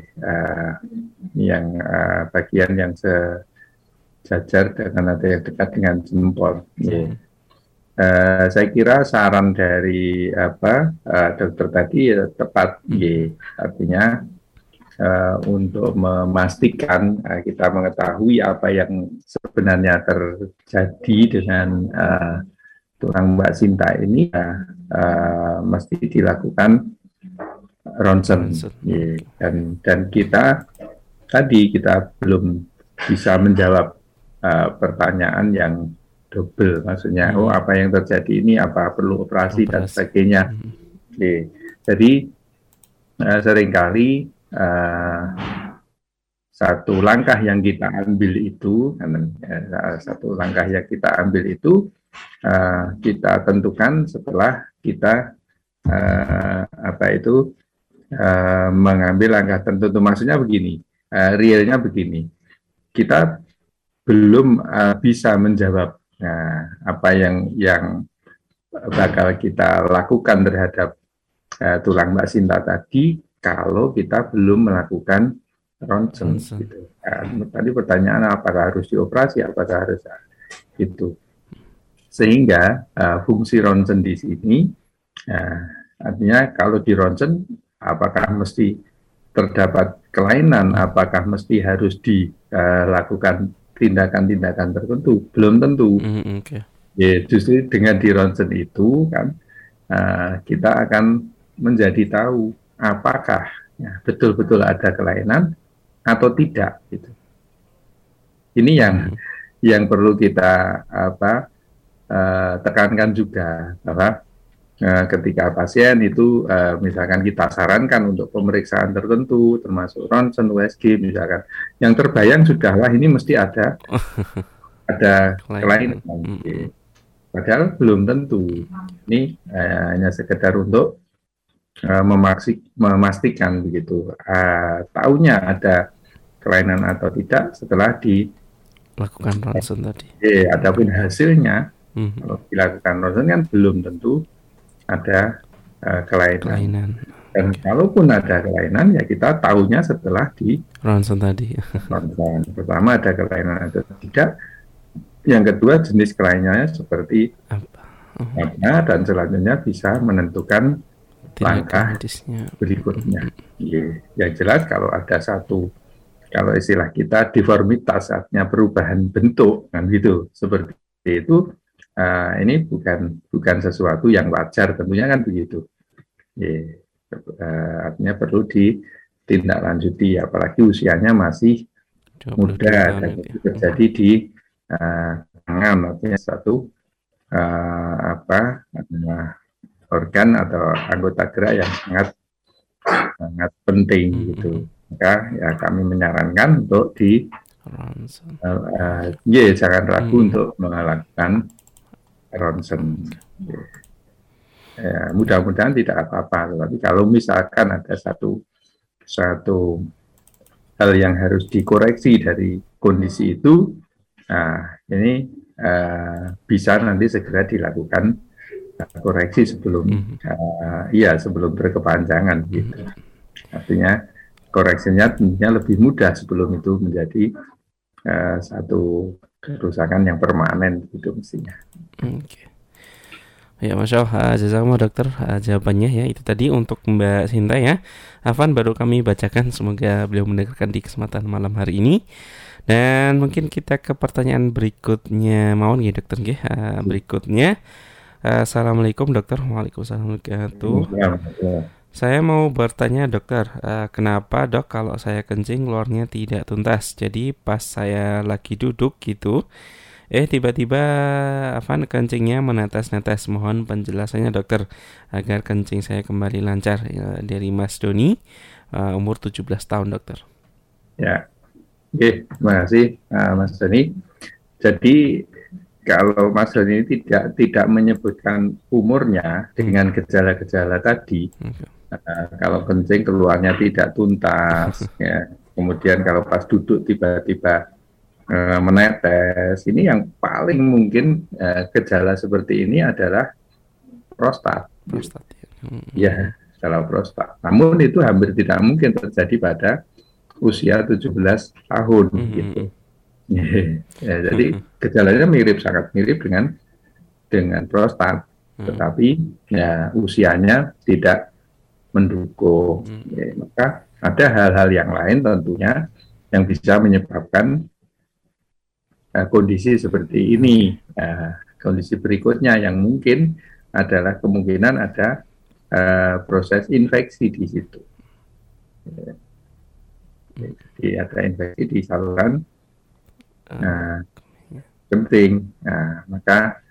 yang bagian yang sejajar dengan ada yang dekat dengan jempol. Saya kira saran dari dokter tadi tepat, artinya untuk memastikan kita mengetahui apa yang sebenarnya terjadi dengan tulang Mbak Sinta ini, mesti dilakukan ronsen. Dan kita belum bisa menjawab pertanyaan yang double, maksudnya apa yang terjadi ini, apa perlu operasi dan sebagainya. Jadi seringkali satu langkah yang kita ambil itu kita tentukan setelah kita mengambil langkah tertentu. Maksudnya begini, realnya begini, kita belum bisa menjawab apa yang bakal kita lakukan terhadap tulang Mbak Sinta tadi kalau kita belum melakukan ronsen. Gitu. Tadi pertanyaan apakah harus dioperasi, apakah harus itu. Sehingga fungsi ronsen di sini artinya kalau di ronsen apakah mesti terdapat kelainan, apakah mesti harus dilakukan tindakan-tindakan tertentu, belum tentu. Ya, justru dengan di ronsen itu kan kita akan menjadi tahu apakah betul-betul ada kelainan atau tidak. Gitu. Ini yang perlu kita tekankan juga, bahwa ketika pasien itu misalkan kita sarankan untuk pemeriksaan tertentu, termasuk ronsen, USG misalkan, yang terbayang sudahlah ini mesti ada kelainan. Padahal belum tentu. Ini hanya sekedar untuk memastikan begitu. Taunya ada kelainan atau tidak setelah dilakukan ronsen tadi. Adapun hasilnya kalau dilakukan ronsen kan belum tentu ada kelainan. Dan kalaupun ada kelainan, ya kita tahunya setelah di ronsen tadi. Ronsen. Pertama ada kelainan atau tidak. Yang kedua jenis kelainannya seperti apa, dan selanjutnya bisa menentukan langkah berikutnya. Yang jelas kalau ada kalau istilah kita deformitas, artinya perubahan bentuk, kan gitu, seperti itu. Ini bukan sesuatu yang wajar, tentunya kan begitu. Artinya perlu ditindaklanjuti, apalagi usianya masih muda dan itu terjadi di tangan, artinya satu organ atau anggota gerak yang sangat sangat penting gitu. Maka ya kami menyarankan untuk jangan ragu untuk melakukan ronsen. Ya, mudah-mudahan tidak apa-apa. Tapi kalau misalkan ada satu hal yang harus dikoreksi dari kondisi itu, ini bisa nanti segera dilakukan koreksi sebelum sebelum berkepanjangan gitu. Artinya koreksinya tentunya lebih mudah sebelum itu menjadi satu kerusakan yang permanen gitu mestinya. Ya, Masya Allah, jazakumullah dokter jawabannya ya. Itu tadi untuk Mbak Sinta ya. Afan baru kami bacakan, semoga beliau mendengarkan di kesempatan malam hari ini. Dan mungkin kita ke pertanyaan berikutnya. Mohon ya dokter ya. Berikutnya, Assalamualaikum dokter. Waalaikumsalam warahmatullahi. Saya mau bertanya dokter, kenapa dok kalau saya kencing keluarnya tidak tuntas? Jadi pas saya lagi duduk gitu, tiba-tiba kencingnya menetes-netes. Mohon penjelasannya dokter agar kencing saya kembali lancar. Dari Mas Doni, umur 17 tahun dokter. Ya, oke, terima kasih Mas Doni. Jadi kalau Mas Doni tidak menyebutkan umurnya dengan gejala-gejala tadi, kalau kencing keluarnya tidak tuntas, ya, kemudian kalau pas duduk tiba-tiba menetes, ini yang paling mungkin gejala seperti ini adalah prostat. Ya, kalau prostat. Namun itu hampir tidak mungkin terjadi pada usia 17 tahun gitu. Ya, jadi gejalanya sangat mirip dengan prostat, tetapi ya usianya tidak mendukung. Ya, maka ada hal-hal yang lain tentunya yang bisa menyebabkan kondisi seperti ini. Kondisi berikutnya yang mungkin adalah kemungkinan ada proses infeksi di situ. Jadi ada infeksi di saluran kencing. Maka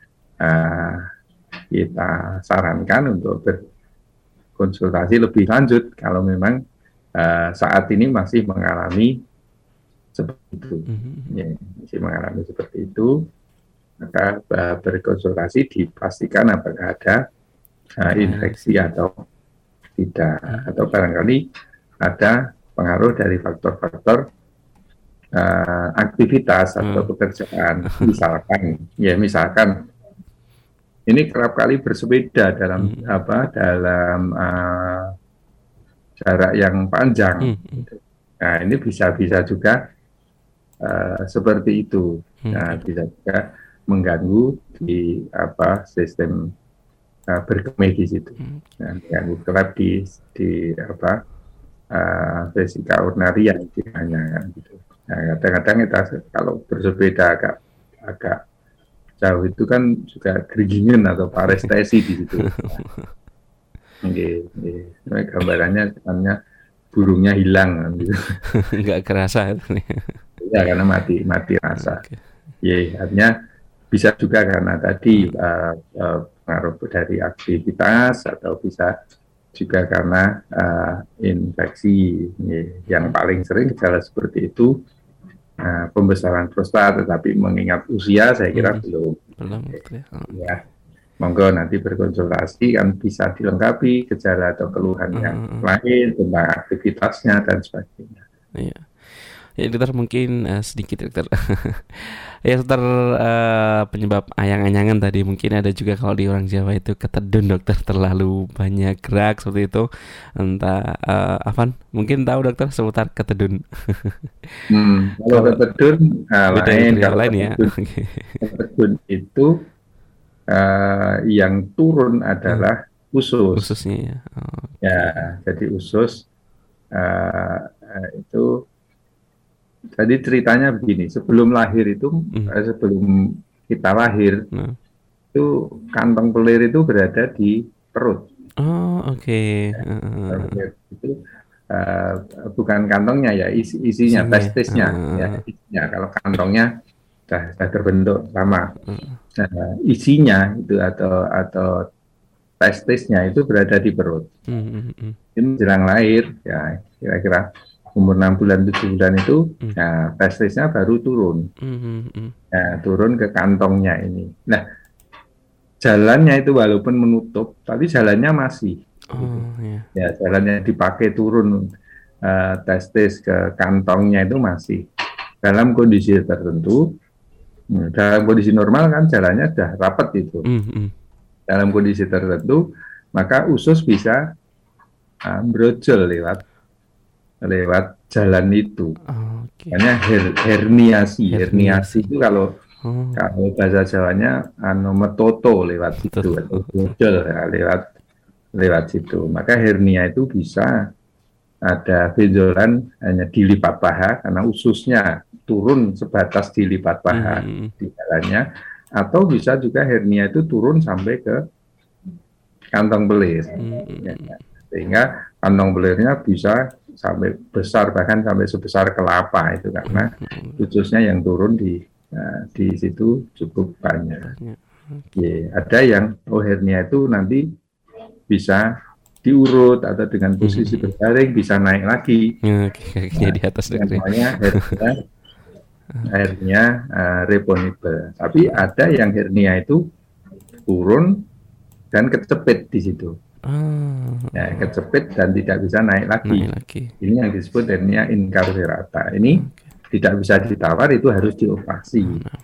kita sarankan untuk berkonsultasi lebih lanjut kalau memang saat ini masih mengalami seperti itu. Ya, masih mengalami seperti itu, maka berkonsultasi dipastikan apakah ada infeksi atau tidak, atau barangkali ada pengaruh dari faktor-faktor aktivitas atau pekerjaan. Misalkan ini kerap kali bersepeda dalam jarak yang panjang. Nah, ini bisa juga seperti itu. Nah, bisa juga mengganggu di sistem berkemih di situ. Nah, mengganggu kelab di vesika urinaria istilahnya gitu. Nah, kadang-kadang kita kalau bersepeda agak jauh itu kan juga gerigingan atau parestesi di situ. Gambarannya sebenarnya burungnya hilang gitu. Nggak kerasa itu. Ya, karena mati rasa. Ya, artinya bisa juga karena tadi pengaruh dari aktivitas, atau bisa juga karena infeksi. Yang paling sering gejala seperti itu pembesaran prostat, tetapi mengingat usia saya kira belum. Ya, monggo nanti berkonsultasi, kan bisa dilengkapi gejala atau keluhan yang lain tentang aktivitasnya dan sebagainya. Iya. Ya dokter, mungkin sedikit dokter. Ya dokter, penyebab ayang-ayangan tadi mungkin ada juga kalau di orang Jawa itu ketedun dokter, terlalu banyak gerak seperti itu. Entah Afan mungkin tahu dokter seputar ketedun. Kalau ketedun lain ya. Ketedun itu yang turun adalah ususnya ya. Ya, jadi usus itu. Jadi ceritanya begini, sebelum lahir itu, sebelum kita lahir, itu kantong pelir itu berada di perut. Oh, oke. Itu bukan kantongnya ya, isinya, testisnya. Ya, isinya. Kalau kantongnya sudah terbentuk lama. Isinya itu atau testisnya itu berada di perut. Ini menjelang lahir, ya kira-kira umur 6 bulan, 7 bulan itu, nah, testisnya baru turun. Nah, turun ke kantongnya ini. Nah, jalannya itu walaupun menutup, tapi jalannya masih. Ya, jalannya dipakai turun testis ke kantongnya itu masih. Dalam kondisi tertentu, dalam kondisi normal kan jalannya sudah rapat itu. Dalam kondisi tertentu, maka usus bisa brojol lewat jalan itu. Makanya herniasi. Herniasi itu kalau bahasa Jawanya metoto lewat situ, atau brojol ya, lewat situ. Maka hernia itu bisa ada benjolan hanya di lipat paha karena ususnya turun sebatas di lipat paha di jalannya, atau bisa juga hernia itu turun sampai ke kantong belir, sehingga kantong belirnya bisa sampai besar, bahkan sampai sebesar kelapa itu, karena ususnya yang turun di situ cukup banyak. Ada yang hernia itu nanti bisa diurut atau dengan posisi berbaring bisa naik lagi. Kakinya di atas, namanya hernia reponibel. Tapi ada yang hernia itu turun dan kecepit di situ. Ya, kecepit dan tidak bisa naik lagi. Ini yang disebut hernia incarcerata. Ini tidak bisa ditawar, itu harus dioperasi.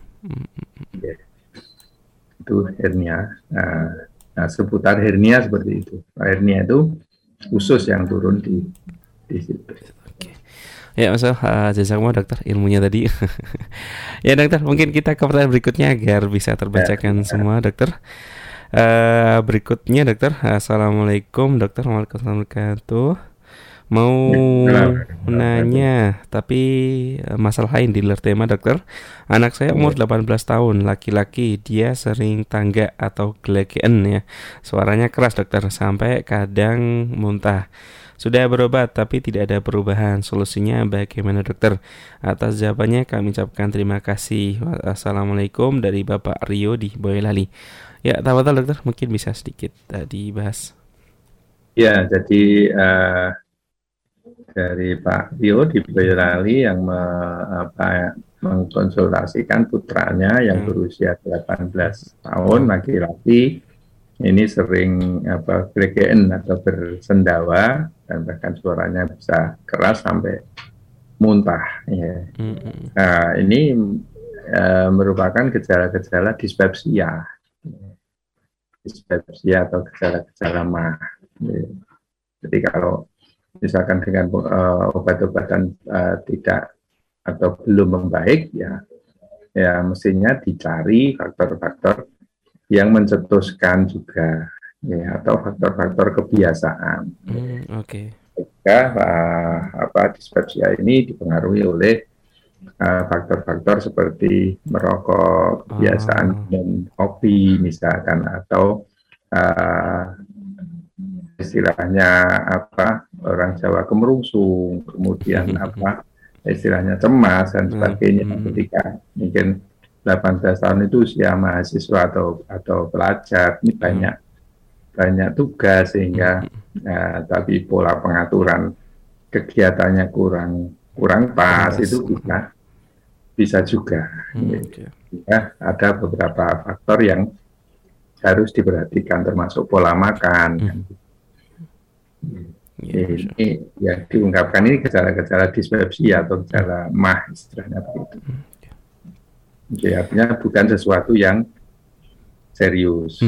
Itu hernia. Nah, seputar hernia seperti itu. Hernia itu usus yang turun di situ. Ya, Mas, jazakumullah dokter ilmunya tadi. Ya dokter, mungkin kita ke pertanyaan berikutnya agar bisa terbacakan semua dokter. Berikutnya dokter, assalamualaikum dokter, waalaikumsalam wabarakatuh. Mau nanya, tapi masalah lain di luar tema dokter. Anak saya umur 18 tahun, laki-laki, dia sering tangga atau gelegean ya. Suaranya keras dokter, sampai kadang muntah. Sudah berobat tapi tidak ada perubahan. Solusinya bagaimana dokter? Atas jawabannya kami ucapkan terima kasih. Assalamualaikum dari Bapak Rio di Boyolali. Ya, tafadhol dokter, mungkin bisa sedikit dibahas. Ya, jadi dari Pak Rio di Boyolali yang mengkonsultasikan putranya yang berusia 18 tahun, laki-laki, ini sering gelegean atau bersendawa dan bahkan suaranya bisa keras sampai muntah. Ya. Nah, ini merupakan gejala-gejala dispepsia atau gejala-gejala MAH. Jadi kalau misalkan dengan obat-obatan tidak atau belum membaik, ya mestinya dicari faktor-faktor yang mencetuskan juga, ya, atau faktor-faktor kebiasaan. Jika dispepsia ini dipengaruhi oleh faktor-faktor seperti merokok, kebiasaan minum kopi misalkan, atau istilahnya orang Jawa kemerungsung, kemudian istilahnya cemas dan sebagainya. Ketika mungkin 18 tahun itu usia mahasiswa atau pelajar, ini banyak tugas sehingga tapi pola pengaturan kegiatannya kurang pas, itu bisa juga. Ya, ada beberapa faktor yang harus diperhatikan, termasuk pola makan. Ini yang diungkapkan ini gejala-gejala dispepsia atau gejala MAH istilahnya begitu. Jadi artinya bukan sesuatu yang serius.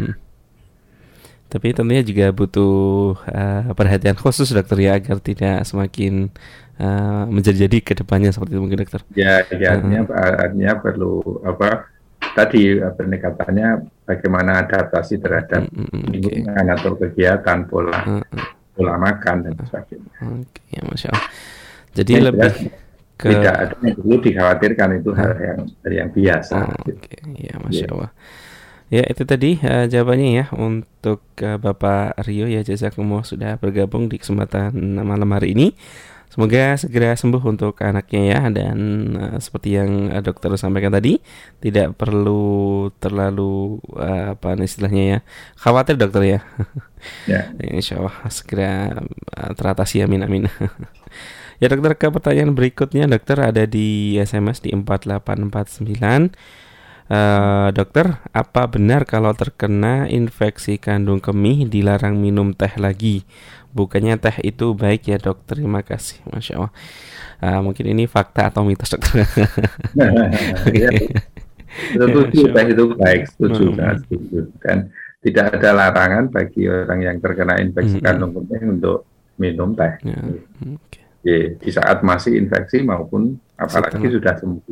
Tapi tentunya juga butuh perhatian khusus dokter ya, agar tidak semakin menjadi ke depannya seperti itu mungkin dokter. Ya, artinya perlu tadi pendekatannya bagaimana adaptasi terhadap lingkungan atau kegiatan, pola makan dan sebagainya. Ya, Masya Allah. Jadi ya, lebih tidak ada yang perlu dikhawatirkan, itu hal yang biasa. Ya, Masya Allah. Ya, itu tadi jawabannya ya untuk Bapak Rio ya, jazakumullah sudah bergabung di kesempatan malam hari ini. Semoga segera sembuh untuk anaknya ya, dan seperti yang dokter sampaikan tadi, tidak perlu terlalu apa istilahnya ya, khawatir dokter ya. Ya. Insya Allah segera teratasi, amin amin. Ya dokter, ke pertanyaan berikutnya dokter, ada di SMS di 4849. Dokter, apa benar kalau terkena infeksi kandung kemih dilarang minum teh lagi? Bukannya teh itu baik ya dok? Terima kasih. Masya Allah. Mungkin ini fakta atau mitos dokter? Ya, setuju, teh itu baik, setuju, sangat setuju. Kan tidak ada larangan bagi orang yang terkena infeksi kandung kemih untuk minum teh. Ya, di saat masih infeksi maupun apalagi sudah sembuh.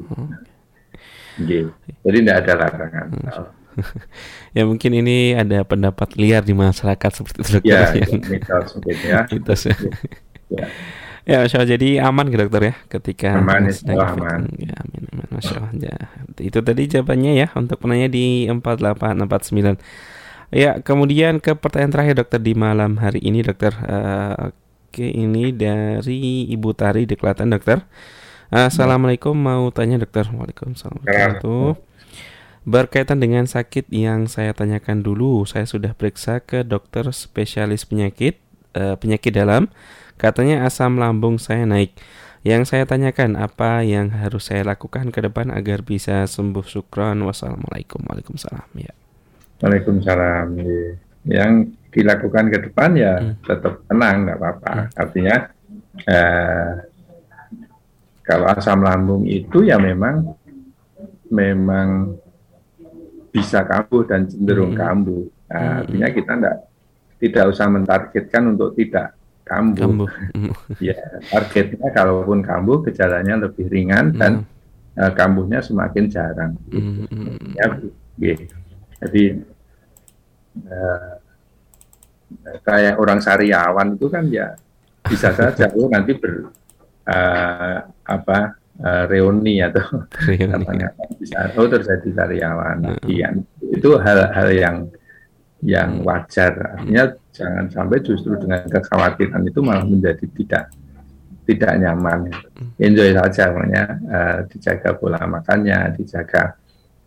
Jadi tidak ada larangan. Ya mungkin ini ada pendapat liar di masyarakat seperti itu dokter. Ya, mitos mungkin ya. Mitos ya. Ya, Masya Allah, jadi aman ke dokter ya ketika aman, aman. Ya, amin, Masya Allah. Ya, itu tadi jawabannya ya untuk penanya di 4849. Ya, kemudian ke pertanyaan terakhir dokter di malam hari ini dokter. Oke, ini dari Ibu Tari di Klaten dokter. Assalamualaikum, mau tanya dokter. Waalaikumsalam. Berkaitan dengan sakit yang saya tanyakan dulu, saya sudah periksa ke dokter spesialis penyakit dalam. Katanya asam lambung saya naik. Yang saya tanyakan, apa yang harus saya lakukan ke depan agar bisa sembuh? Syukran. Wassalamualaikum. Waalaikumsalam. Ya. Waalaikumsalam. Yang dilakukan ke depan ya tetap tenang, nggak apa-apa. Artinya kalau asam lambung itu ya memang bisa kambuh dan cenderung kambuh. Nah, artinya kita tidak usah mentargetkan untuk tidak kambuh. Ya, targetnya kalaupun kambuh gejalanya lebih ringan dan kambuhnya semakin jarang. Ya, jadi kayak orang sariawan itu kan ya bisa saja nanti reuni atau bisa terjadi sariawan. Itu hal-hal yang wajar. Artinya jangan sampai justru dengan kekhawatiran itu malah menjadi tidak nyaman. Enjoy saja, makanya dijaga pola makannya, dijaga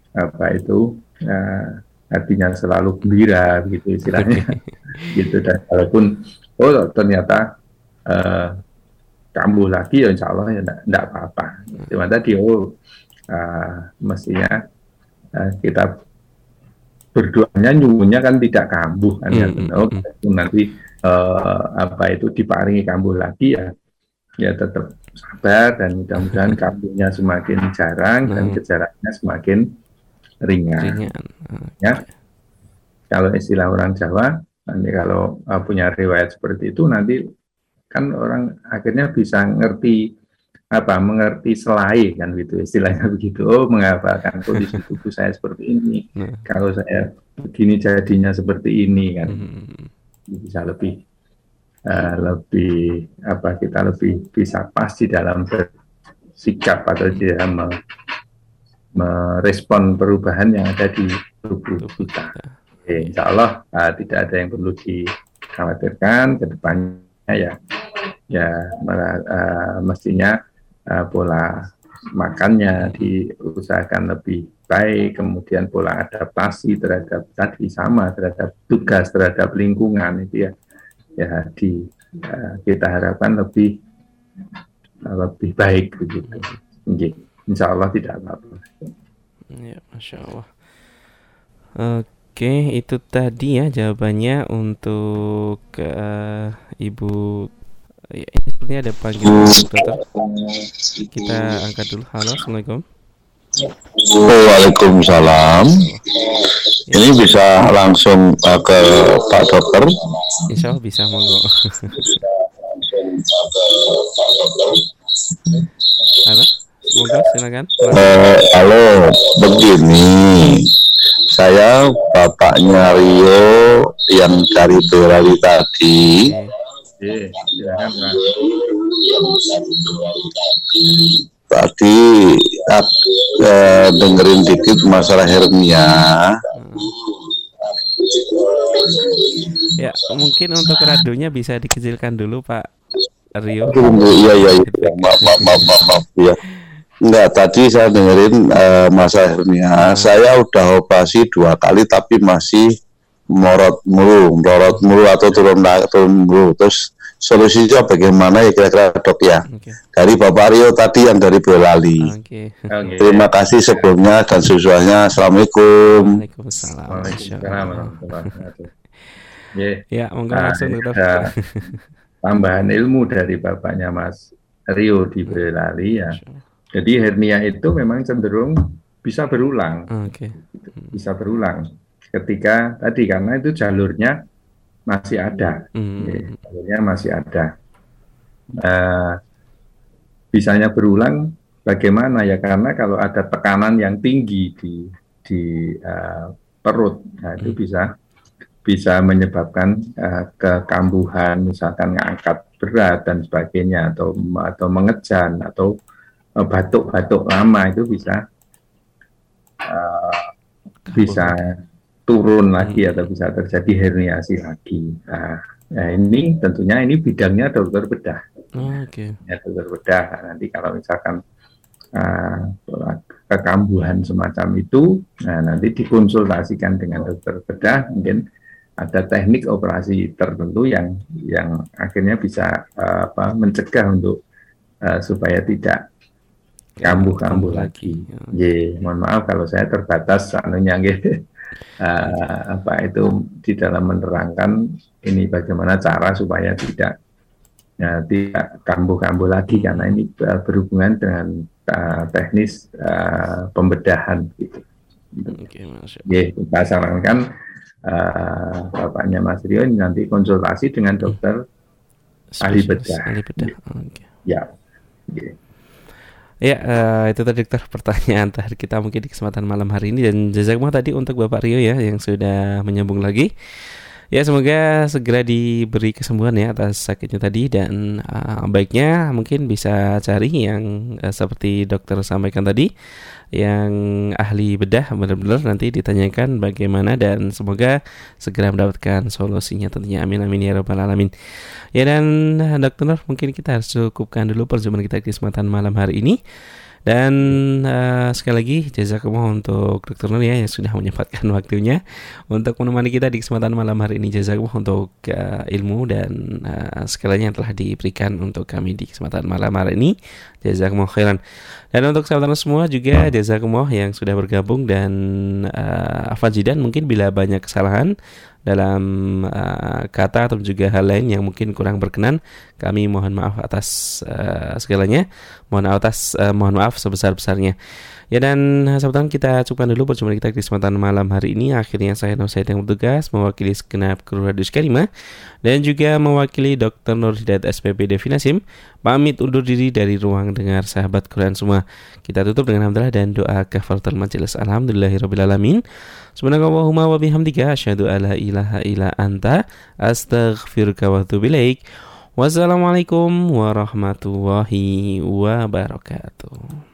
hatinya selalu gembira gitu istilahnya. Gitu, dan walaupun ternyata kambuh lagi ya insya Allah ya tidak apa-apa. Cuma tadi mestinya kita berdoanya nyuwunnya kan tidak kambuh kan ya. Nanti diparingi kambuh lagi ya tetap sabar dan mudah-mudahan kambuhnya semakin jarang dan gejalanya semakin ringan. Ya. Kalau istilah orang Jawa, nanti kalau punya riwayat seperti itu nanti kan orang akhirnya bisa mengerti selai kan gitu istilahnya begitu. Menghafalkan kondisi tubuh saya seperti ini. Kalau saya begini jadinya seperti ini kan. Bisa lebih kita lebih bisa pasti dalam bersikap atau di dalam merespon perubahan yang ada di tubuh kita. Insya Allah tidak ada yang perlu dikhawatirkan ke depannya mestinya pola makannya diusahakan lebih baik, kemudian pola adaptasi terhadap terhadap tugas, terhadap lingkungan itu kita harapkan lebih baik begitu. Insya Allah tidak apa-apa. Ya, Masya Allah. Oke, itu tadi ya jawabannya untuk Ibu. Ya, ini sepertinya ada panggilan dokter. Kita angkat dulu. Halo, Assalamualaikum. Waalaikumsalam. Ini bisa langsung ke Pak Dokter? Insya Allah bisa, monggo. Halo, monggo silakan. Halo, begini. Saya bapaknya Rio yang dari Boyolali tadi. Tadi dengerin dikit masalah hernia. Ya, mungkin untuk radionya bisa dikecilkan dulu, Pak. Rio. Iya. Maaf. Ya. Enggak, tadi saya dengerin masalah hernia. Saya udah operasi 2 kali tapi masih melorot mulu atau turun mulu. Terus solusinya bagaimana ya kira-kira dok ya? Okay. Dari Bapak Rio tadi yang dari Boyolali. Okay. Terima kasih sebelumnya dan sesuanya. Assalamualaikum. Waalaikumsalam. Ya, monggo langsung dokter. Tambahan ilmu dari bapaknya Mas Rio di Boyolali ya. Jadi hernia itu memang cenderung bisa berulang. Bisa berulang ketika tadi karena itu jalurnya masih ada. Jalurnya masih ada. Bisanya berulang bagaimana ya? Karena kalau ada tekanan yang tinggi di perut, nah itu bisa menyebabkan kekambuhan, misalkan ngangkat berat dan sebagainya, atau mengejan, atau batuk-batuk lama itu bisa turun lagi atau bisa terjadi herniasi lagi. Nah ini tentunya ini bidangnya dokter bedah. Ya, dokter bedah. Nanti kalau misalkan kekambuhan semacam itu, nah nanti dikonsultasikan dengan dokter bedah, mungkin ada teknik operasi tertentu yang akhirnya bisa mencegah untuk supaya tidak kambuh lagi. Mohon maaf kalau saya terbatas itu di dalam menerangkan ini bagaimana cara supaya tidak kambuh lagi, karena ini berhubungan dengan teknis pembedahan gitu. Kita sarankan bapaknya Mas Rio nanti konsultasi dengan dokter ahli bedah. Ya. Ya, itu tadi dokter pertanyaan terakhir kita mungkin di kesempatan malam hari ini, dan jazakumullah tadi untuk Bapak Rio ya yang sudah menyambung lagi. Ya, semoga segera diberi kesembuhan ya atas sakitnya tadi, dan baiknya mungkin bisa cari yang seperti dokter sampaikan tadi, yang ahli bedah, benar-benar nanti ditanyakan bagaimana, dan semoga segera mendapatkan solusinya tentunya. Amin ya rabbal alamin. Ya, dan dokter Nur, mungkin kita harus cukupkan dulu perjumpaan kita di kesempatan malam hari ini. Dan sekali lagi jazakumullah untuk Dr. Nur ya yang sudah menyempatkan waktunya untuk menemani kita di kesempatan malam hari ini. Jazakumullah untuk ilmu dan segalanya yang telah diberikan untuk kami di kesempatan malam hari ini. Jazakumullah khairan. Dan untuk sahabat semua juga jazakumullah yang sudah bergabung, dan afajidan mungkin bila banyak kesalahan dalam kata atau juga hal lain yang mungkin kurang berkenan, kami mohon maaf atas segalanya. Mohon maaf sebesar-besarnya. Ya, dan sahabat kita cukupkan dulu perjumpaan kita di kesempatan malam hari ini. Akhirnya saya Nur Said yang bertugas mewakili segenap kru Radio Karimah dan juga mewakili Dr. Nur Hidayat SPP Devi Nasim pamit undur diri dari ruang dengar sahabat Quran semua. Kita tutup dengan hamdalah dan doa kafaratul majelis. Alhamdulillahirabbil alamin. Subhanakallahumma wa bihamdika asyhadu alla ilaha illa anta astaghfiruka wa atubu ilaik. Wassalamualaikum warahmatullahi wabarakatuh.